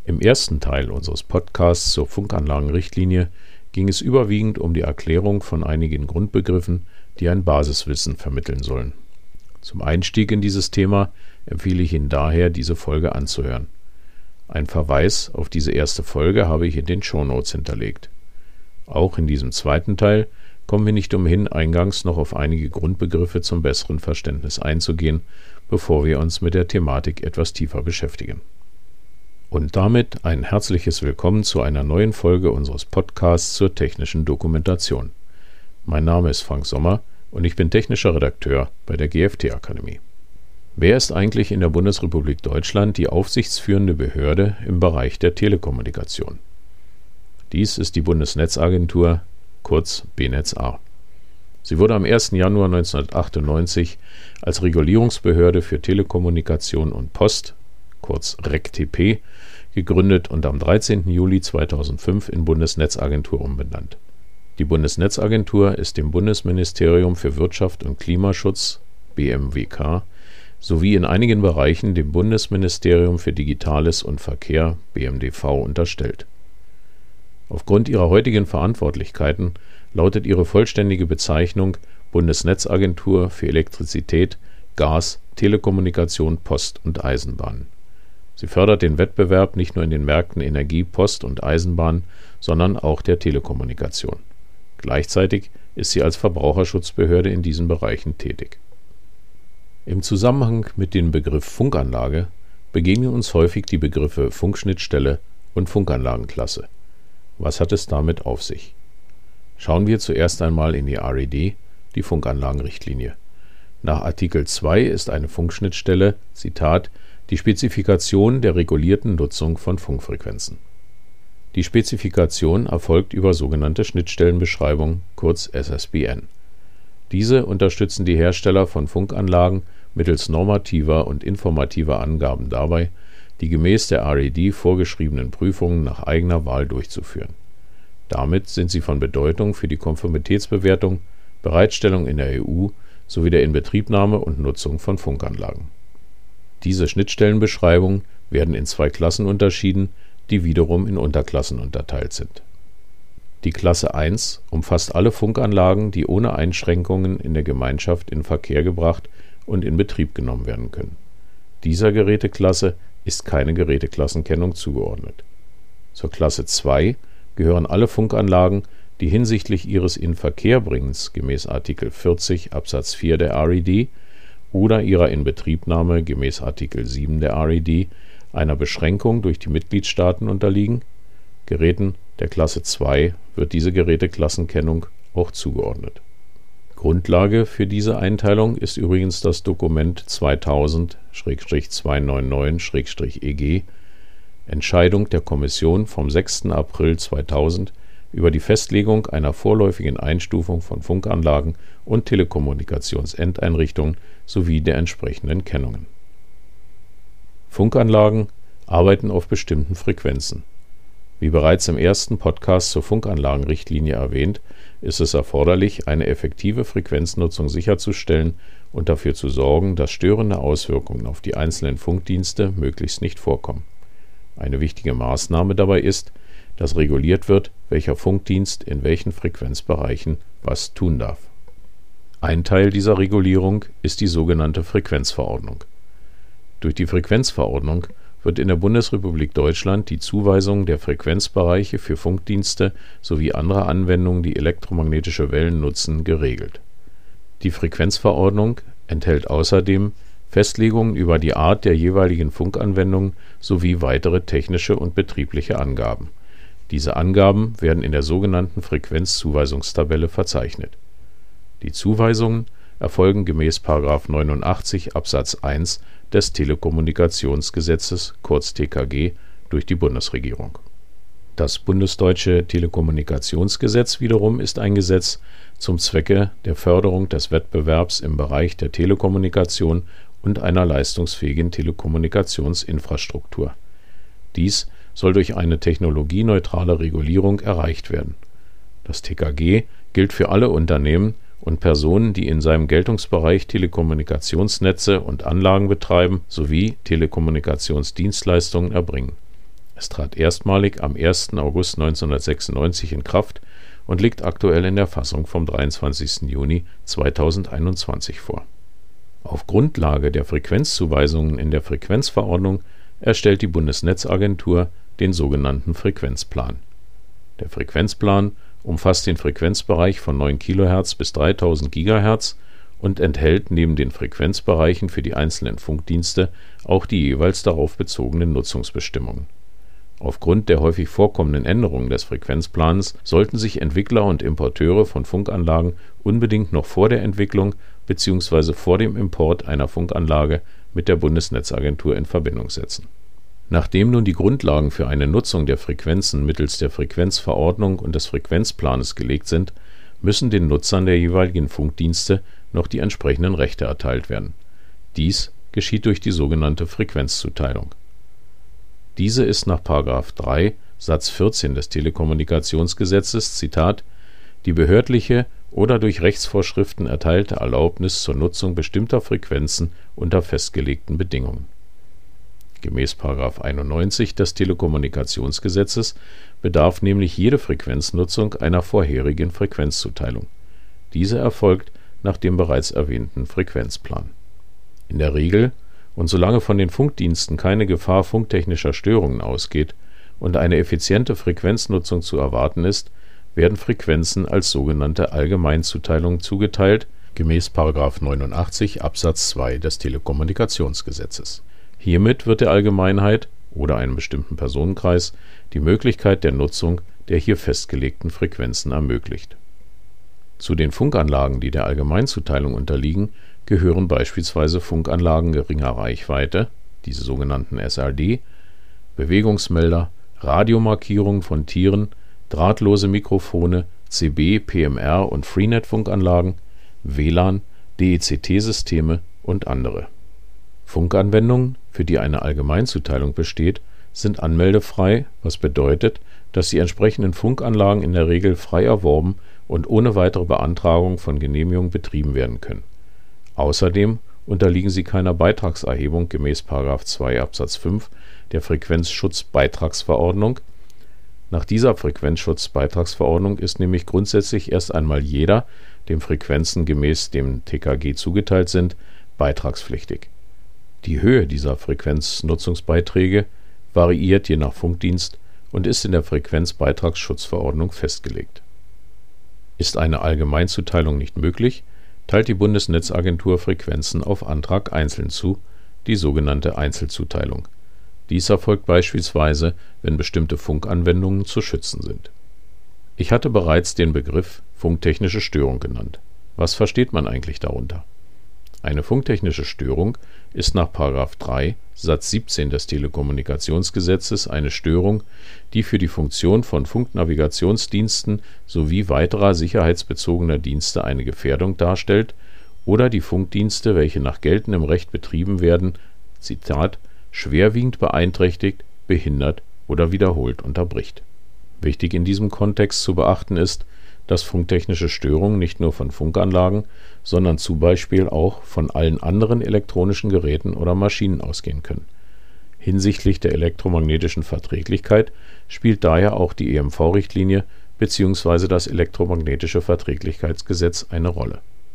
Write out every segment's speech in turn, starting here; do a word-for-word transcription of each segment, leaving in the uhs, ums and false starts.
Im ersten Teil unseres Podcasts zur Funkanlagenrichtlinie ging es überwiegend um die Erklärung von einigen Grundbegriffen, die ein Basiswissen vermitteln sollen. Zum Einstieg in dieses Thema empfehle ich Ihnen daher, diese Folge anzuhören. Ein Verweis auf diese erste Folge habe ich in den Shownotes hinterlegt. Auch in diesem zweiten Teil kommen wir nicht umhin, eingangs noch auf einige Grundbegriffe zum besseren Verständnis einzugehen, bevor wir uns mit der Thematik etwas tiefer beschäftigen. Und damit ein herzliches Willkommen zu einer neuen Folge unseres Podcasts zur technischen Dokumentation. Mein Name ist Frank Sommer und ich bin technischer Redakteur bei der G F T-Akademie. Wer ist eigentlich in der Bundesrepublik Deutschland die aufsichtsführende Behörde im Bereich der Telekommunikation? Dies ist die Bundesnetzagentur, kurz B N E Tz A. Sie wurde am ersten Januar neunzehnhundertachtundneunzig als Regulierungsbehörde für Telekommunikation und Post, kurz R E C T P, gegründet und am dreizehnten Juli zweitausendfünf in Bundesnetzagentur umbenannt. Die Bundesnetzagentur ist dem Bundesministerium für Wirtschaft und Klimaschutz, B M W K, sowie in einigen Bereichen dem Bundesministerium für Digitales und Verkehr, B M D V, unterstellt. Aufgrund ihrer heutigen Verantwortlichkeiten lautet ihre vollständige Bezeichnung Bundesnetzagentur für Elektrizität, Gas, Telekommunikation, Post und Eisenbahn. Sie fördert den Wettbewerb nicht nur in den Märkten Energie, Post und Eisenbahn, sondern auch der Telekommunikation. Gleichzeitig ist sie als Verbraucherschutzbehörde in diesen Bereichen tätig. Im Zusammenhang mit dem Begriff Funkanlage begegnen uns häufig die Begriffe Funkschnittstelle und Funkanlagenklasse. Was hat es damit auf sich? Schauen wir zuerst einmal in die R E D, die Funkanlagenrichtlinie. Nach Artikel zwei ist eine Funkschnittstelle, Zitat, die Spezifikation der regulierten Nutzung von Funkfrequenzen. Die Spezifikation erfolgt über sogenannte Schnittstellenbeschreibung, kurz S S B N. Diese unterstützen die Hersteller von Funkanlagen mittels normativer und informativer Angaben dabei, die gemäß der R E D vorgeschriebenen Prüfungen nach eigener Wahl durchzuführen. Damit sind sie von Bedeutung für die Konformitätsbewertung, Bereitstellung in der E U sowie der Inbetriebnahme und Nutzung von Funkanlagen. Diese Schnittstellenbeschreibungen werden in zwei Klassen unterschieden, die wiederum in Unterklassen unterteilt sind. Die Klasse eins umfasst alle Funkanlagen, die ohne Einschränkungen in der Gemeinschaft in Verkehr gebracht und in Betrieb genommen werden können. Dieser Geräteklasse ist keine Geräteklassenkennung zugeordnet. Zur Klasse zwei gehören alle Funkanlagen, die hinsichtlich ihres Inverkehrbringens gemäß Artikel vierzig Absatz vier der R E D oder ihrer Inbetriebnahme gemäß Artikel sieben der R E D einer Beschränkung durch die Mitgliedstaaten unterliegen. Geräten der Klasse zwei wird diese Geräteklassenkennung auch zugeordnet. Grundlage für diese Einteilung ist übrigens das Dokument zweitausend zweihundertneunundneunzig E G, Entscheidung der Kommission vom sechsten April zweitausend über die Festlegung einer vorläufigen Einstufung von Funkanlagen und Telekommunikationsendeinrichtungen sowie der entsprechenden Kennungen. Funkanlagen arbeiten auf bestimmten Frequenzen. Wie bereits im ersten Podcast zur Funkanlagenrichtlinie erwähnt, ist es erforderlich, eine effektive Frequenznutzung sicherzustellen und dafür zu sorgen, dass störende Auswirkungen auf die einzelnen Funkdienste möglichst nicht vorkommen. Eine wichtige Maßnahme dabei ist, dass reguliert wird, welcher Funkdienst in welchen Frequenzbereichen was tun darf. Ein Teil dieser Regulierung ist die sogenannte Frequenzverordnung. Durch die Frequenzverordnung wird in der Bundesrepublik Deutschland die Zuweisung der Frequenzbereiche für Funkdienste sowie andere Anwendungen, die elektromagnetische Wellen nutzen, geregelt. Die Frequenzverordnung enthält außerdem Festlegungen über die Art der jeweiligen Funkanwendung sowie weitere technische und betriebliche Angaben. Diese Angaben werden in der sogenannten Frequenzzuweisungstabelle verzeichnet. Die Zuweisungen erfolgen gemäß Paragraph neunundachtzig Absatz eins des Telekommunikationsgesetzes, kurz T K G, durch die Bundesregierung. Das Bundesdeutsche Telekommunikationsgesetz wiederum ist ein Gesetz zum Zwecke der Förderung des Wettbewerbs im Bereich der Telekommunikation und einer leistungsfähigen Telekommunikationsinfrastruktur. Dies soll durch eine technologieneutrale Regulierung erreicht werden. Das T K G gilt für alle Unternehmen und Personen, die in seinem Geltungsbereich Telekommunikationsnetze und Anlagen betreiben sowie Telekommunikationsdienstleistungen erbringen. Es trat erstmalig am ersten August neunzehnhundertsechsundneunzig in Kraft und liegt aktuell in der Fassung vom dreiundzwanzigsten Juni zweitausendeinundzwanzig vor. Auf Grundlage der Frequenzzuweisungen in der Frequenzverordnung erstellt die Bundesnetzagentur den sogenannten Frequenzplan. Der Frequenzplan umfasst den Frequenzbereich von neun Kilohertz bis dreitausend Gigahertz und enthält neben den Frequenzbereichen für die einzelnen Funkdienste auch die jeweils darauf bezogenen Nutzungsbestimmungen. Aufgrund der häufig vorkommenden Änderungen des Frequenzplans sollten sich Entwickler und Importeure von Funkanlagen unbedingt noch vor der Entwicklung bzw. vor dem Import einer Funkanlage mit der Bundesnetzagentur in Verbindung setzen. Nachdem nun die Grundlagen für eine Nutzung der Frequenzen mittels der Frequenzverordnung und des Frequenzplanes gelegt sind, müssen den Nutzern der jeweiligen Funkdienste noch die entsprechenden Rechte erteilt werden. Dies geschieht durch die sogenannte Frequenzzuteilung. Diese ist nach Paragraph drei Satz vierzehn des Telekommunikationsgesetzes, Zitat, die behördliche oder durch Rechtsvorschriften erteilte Erlaubnis zur Nutzung bestimmter Frequenzen unter festgelegten Bedingungen. Gemäß Paragraph einundneunzig des Telekommunikationsgesetzes bedarf nämlich jede Frequenznutzung einer vorherigen Frequenzzuteilung. Diese erfolgt nach dem bereits erwähnten Frequenzplan. In der Regel und solange von den Funkdiensten keine Gefahr funktechnischer Störungen ausgeht und eine effiziente Frequenznutzung zu erwarten ist, werden Frequenzen als sogenannte Allgemeinzuteilung zugeteilt, gemäß Paragraph neunundachtzig Absatz zwei des Telekommunikationsgesetzes. Hiermit wird der Allgemeinheit oder einem bestimmten Personenkreis die Möglichkeit der Nutzung der hier festgelegten Frequenzen ermöglicht. Zu den Funkanlagen, die der Allgemeinzuteilung unterliegen, gehören beispielsweise Funkanlagen geringer Reichweite, diese sogenannten S R D, Bewegungsmelder, Radiomarkierungen von Tieren, drahtlose Mikrofone, C B, P M R und Freenet-Funkanlagen, W L A N, D E C T-Systeme und andere. Funkanwendungen, für die eine Allgemeinzuteilung besteht, sind anmeldefrei, was bedeutet, dass die entsprechenden Funkanlagen in der Regel frei erworben und ohne weitere Beantragung von Genehmigung betrieben werden können. Außerdem unterliegen sie keiner Beitragserhebung gemäß Paragraph zwei Absatz fünf der Frequenzschutzbeitragsverordnung. Nach dieser Frequenzschutzbeitragsverordnung ist nämlich grundsätzlich erst einmal jeder, dem Frequenzen gemäß dem T K G zugeteilt sind, beitragspflichtig. Die Höhe dieser Frequenznutzungsbeiträge variiert je nach Funkdienst und ist in der Frequenzbeitragsschutzverordnung festgelegt. Ist eine Allgemeinzuteilung nicht möglich, teilt die Bundesnetzagentur Frequenzen auf Antrag einzeln zu, die sogenannte Einzelzuteilung. Dies erfolgt beispielsweise, wenn bestimmte Funkanwendungen zu schützen sind. Ich hatte bereits den Begriff funktechnische Störung genannt. Was versteht man eigentlich darunter? Eine funktechnische Störung ist nach Paragraph drei Satz siebzehn des Telekommunikationsgesetzes eine Störung, die für die Funktion von Funknavigationsdiensten sowie weiterer sicherheitsbezogener Dienste eine Gefährdung darstellt oder die Funkdienste, welche nach geltendem Recht betrieben werden, Zitat, schwerwiegend beeinträchtigt, behindert oder wiederholt unterbricht. Wichtig in diesem Kontext zu beachten ist, dass funktechnische Störungen nicht nur von Funkanlagen, sondern zum Beispiel auch von allen anderen elektronischen Geräten oder Maschinen ausgehen können. Hinsichtlich der elektromagnetischen Verträglichkeit spielt daher auch die E M V-Richtlinie bzw. das elektromagnetische Verträglichkeitsgesetz eine Rolle.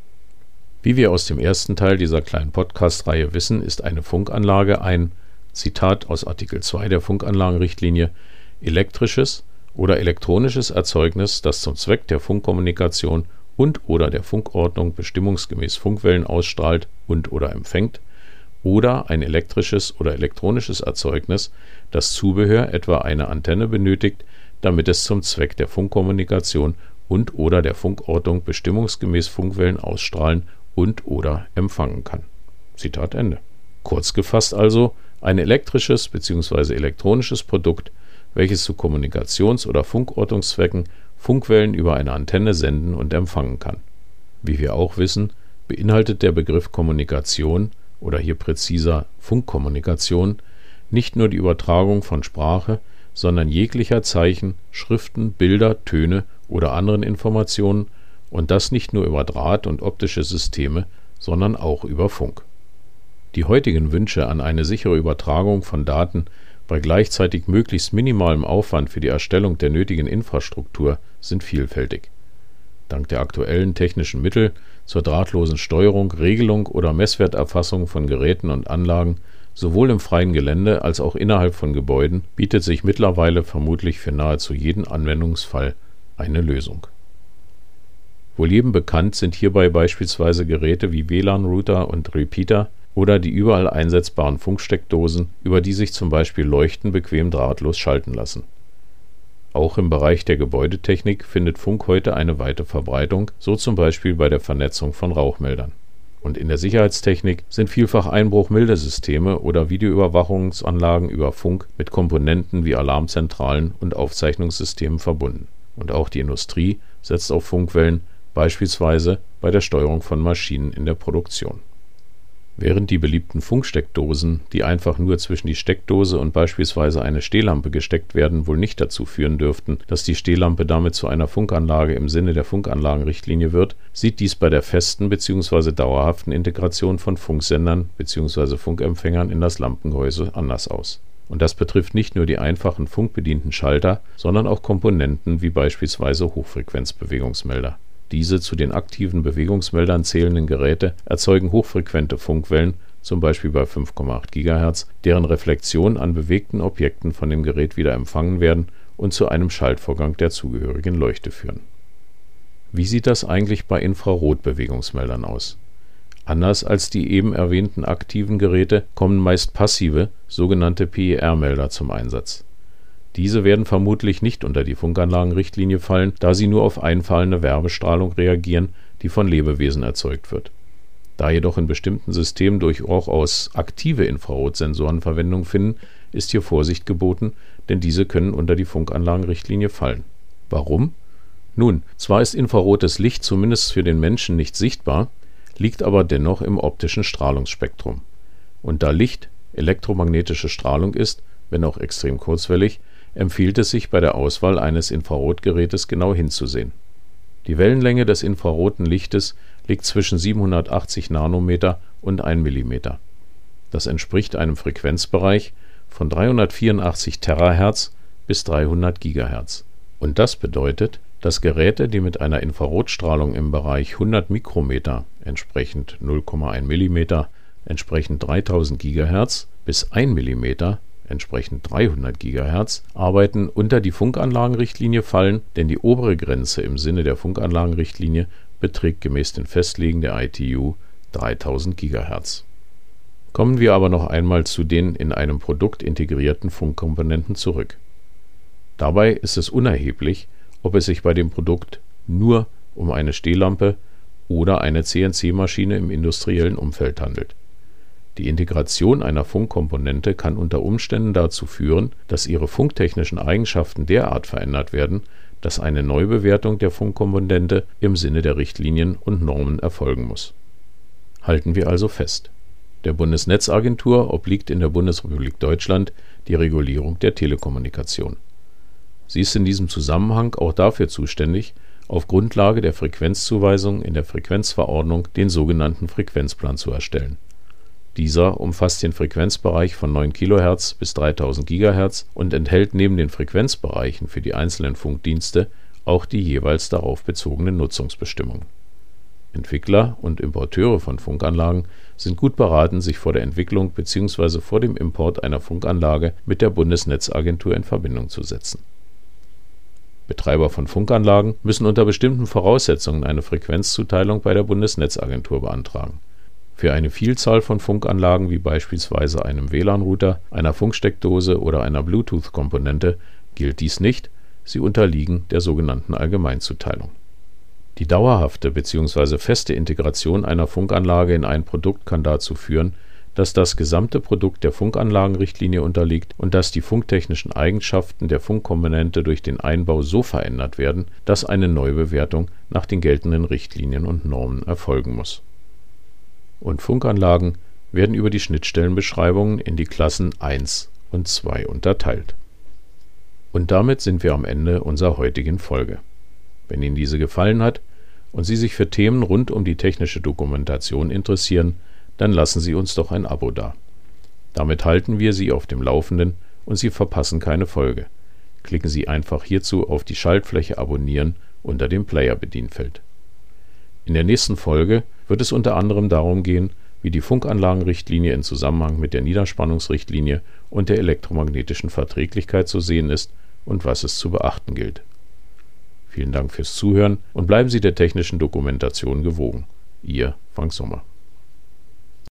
Wie wir aus dem ersten Teil dieser kleinen Podcast-Reihe wissen, ist eine Funkanlage ein, Zitat aus Artikel zwei der Funkanlagenrichtlinie, elektrisches oder elektronisches Erzeugnis, das zum Zweck der Funkkommunikation und/oder der Funkordnung bestimmungsgemäß Funkwellen ausstrahlt und/oder empfängt, oder ein elektrisches oder elektronisches Erzeugnis, das Zubehör, etwa eine Antenne, benötigt, damit es zum Zweck der Funkkommunikation und/oder der Funkordnung bestimmungsgemäß Funkwellen ausstrahlen und/oder empfangen kann. Zitat Ende. Kurz gefasst also ein elektrisches bzw. elektronisches Produkt, welches zu Kommunikations- oder Funkortungszwecken Funkwellen über eine Antenne senden und empfangen kann. Wie wir auch wissen, beinhaltet der Begriff Kommunikation oder hier präziser Funkkommunikation nicht nur die Übertragung von Sprache, sondern jeglicher Zeichen, Schriften, Bilder, Töne oder anderen Informationen, und das nicht nur über Draht und optische Systeme, sondern auch über Funk. Die heutigen Wünsche an eine sichere Übertragung von Daten bei gleichzeitig möglichst minimalem Aufwand für die Erstellung der nötigen Infrastruktur sind vielfältig. Dank der aktuellen technischen Mittel zur drahtlosen Steuerung, Regelung oder Messwerterfassung von Geräten und Anlagen sowohl im freien Gelände als auch innerhalb von Gebäuden bietet sich mittlerweile vermutlich für nahezu jeden Anwendungsfall eine Lösung. Wohl jedem bekannt sind hierbei beispielsweise Geräte wie W L A N-Router und Repeater oder die überall einsetzbaren Funksteckdosen, über die sich zum Beispiel Leuchten bequem drahtlos schalten lassen. Auch im Bereich der Gebäudetechnik findet Funk heute eine weite Verbreitung, so zum Beispiel bei der Vernetzung von Rauchmeldern. Und in der Sicherheitstechnik sind vielfach Einbruchmeldesysteme oder Videoüberwachungsanlagen über Funk mit Komponenten wie Alarmzentralen und Aufzeichnungssystemen verbunden. Und auch die Industrie setzt auf Funkwellen, beispielsweise bei der Steuerung von Maschinen in der Produktion. Während die beliebten Funksteckdosen, die einfach nur zwischen die Steckdose und beispielsweise eine Stehlampe gesteckt werden, wohl nicht dazu führen dürften, dass die Stehlampe damit zu einer Funkanlage im Sinne der Funkanlagenrichtlinie wird, sieht dies bei der festen bzw. dauerhaften Integration von Funksendern bzw. Funkempfängern in das Lampengehäuse anders aus. Und das betrifft nicht nur die einfachen funkbedienten Schalter, sondern auch Komponenten wie beispielsweise Hochfrequenzbewegungsmelder. Diese zu den aktiven Bewegungsmeldern zählenden Geräte erzeugen hochfrequente Funkwellen, zum Beispiel bei fünf Komma acht Gigahertz, deren Reflexion an bewegten Objekten von dem Gerät wieder empfangen werden und zu einem Schaltvorgang der zugehörigen Leuchte führen. Wie sieht das eigentlich bei Infrarotbewegungsmeldern aus? Anders als die eben erwähnten aktiven Geräte kommen meist passive, sogenannte P I R-Melder zum Einsatz. Diese werden vermutlich nicht unter die Funkanlagenrichtlinie fallen, da sie nur auf einfallende Wärmestrahlung reagieren, die von Lebewesen erzeugt wird. Da jedoch in bestimmten Systemen durchaus aktive Infrarotsensoren Verwendung finden, ist hier Vorsicht geboten, denn diese können unter die Funkanlagenrichtlinie fallen. Warum? Nun, zwar ist infrarotes Licht zumindest für den Menschen nicht sichtbar, liegt aber dennoch im optischen Strahlungsspektrum. Und da Licht elektromagnetische Strahlung ist, wenn auch extrem kurzwellig, empfiehlt es sich bei der Auswahl eines Infrarotgerätes genau hinzusehen. Die Wellenlänge des infraroten Lichtes liegt zwischen siebenhundertachtzig Nanometer und ein Millimeter. Das entspricht einem Frequenzbereich von dreihundertvierundachtzig Terahertz bis dreihundert Gigahertz. Und das bedeutet, dass Geräte, die mit einer Infrarotstrahlung im Bereich hundert Mikrometer, entsprechend null Komma eins Millimeter, entsprechend dreitausend Gigahertz, bis ein Millimeter, entsprechend dreihundert Gigahertz, arbeiten, unter die Funkanlagenrichtlinie fallen, denn die obere Grenze im Sinne der Funkanlagenrichtlinie beträgt gemäß den Festlegen der I T U dreitausend Gigahertz. Kommen wir aber noch einmal zu den in einem Produkt integrierten Funkkomponenten zurück. Dabei ist es unerheblich, ob es sich bei dem Produkt nur um eine Stehlampe oder eine C N C-Maschine im industriellen Umfeld handelt. Die Integration einer Funkkomponente kann unter Umständen dazu führen, dass ihre funktechnischen Eigenschaften derart verändert werden, dass eine Neubewertung der Funkkomponente im Sinne der Richtlinien und Normen erfolgen muss. Halten wir also fest: Der Bundesnetzagentur obliegt in der Bundesrepublik Deutschland die Regulierung der Telekommunikation. Sie ist in diesem Zusammenhang auch dafür zuständig, auf Grundlage der Frequenzzuweisung in der Frequenzverordnung den sogenannten Frequenzplan zu erstellen. Dieser umfasst den Frequenzbereich von neun Kilohertz bis dreitausend Gigahertz und enthält neben den Frequenzbereichen für die einzelnen Funkdienste auch die jeweils darauf bezogenen Nutzungsbestimmungen. Entwickler und Importeure von Funkanlagen sind gut beraten, sich vor der Entwicklung bzw. vor dem Import einer Funkanlage mit der Bundesnetzagentur in Verbindung zu setzen. Betreiber von Funkanlagen müssen unter bestimmten Voraussetzungen eine Frequenzzuteilung bei der Bundesnetzagentur beantragen. Für eine Vielzahl von Funkanlagen wie beispielsweise einem W L A N-Router, einer Funksteckdose oder einer Bluetooth-Komponente gilt dies nicht, sie unterliegen der sogenannten Allgemeinzuteilung. Die dauerhafte bzw. feste Integration einer Funkanlage in ein Produkt kann dazu führen, dass das gesamte Produkt der Funkanlagenrichtlinie unterliegt und dass die funktechnischen Eigenschaften der Funkkomponente durch den Einbau so verändert werden, dass eine Neubewertung nach den geltenden Richtlinien und Normen erfolgen muss. Und Funkanlagen werden über die Schnittstellenbeschreibungen in die Klassen eins und zwei unterteilt. Und damit sind wir am Ende unserer heutigen Folge. Wenn Ihnen diese gefallen hat und Sie sich für Themen rund um die technische Dokumentation interessieren, dann lassen Sie uns doch ein Abo da. Damit halten wir Sie auf dem Laufenden und Sie verpassen keine Folge. Klicken Sie einfach hierzu auf die Schaltfläche Abonnieren unter dem Player-Bedienfeld. In der nächsten Folge wird es unter anderem darum gehen, wie die Funkanlagenrichtlinie in Zusammenhang mit der Niederspannungsrichtlinie und der elektromagnetischen Verträglichkeit zu sehen ist und was es zu beachten gilt. Vielen Dank fürs Zuhören und bleiben Sie der technischen Dokumentation gewogen. Ihr Frank Sommer.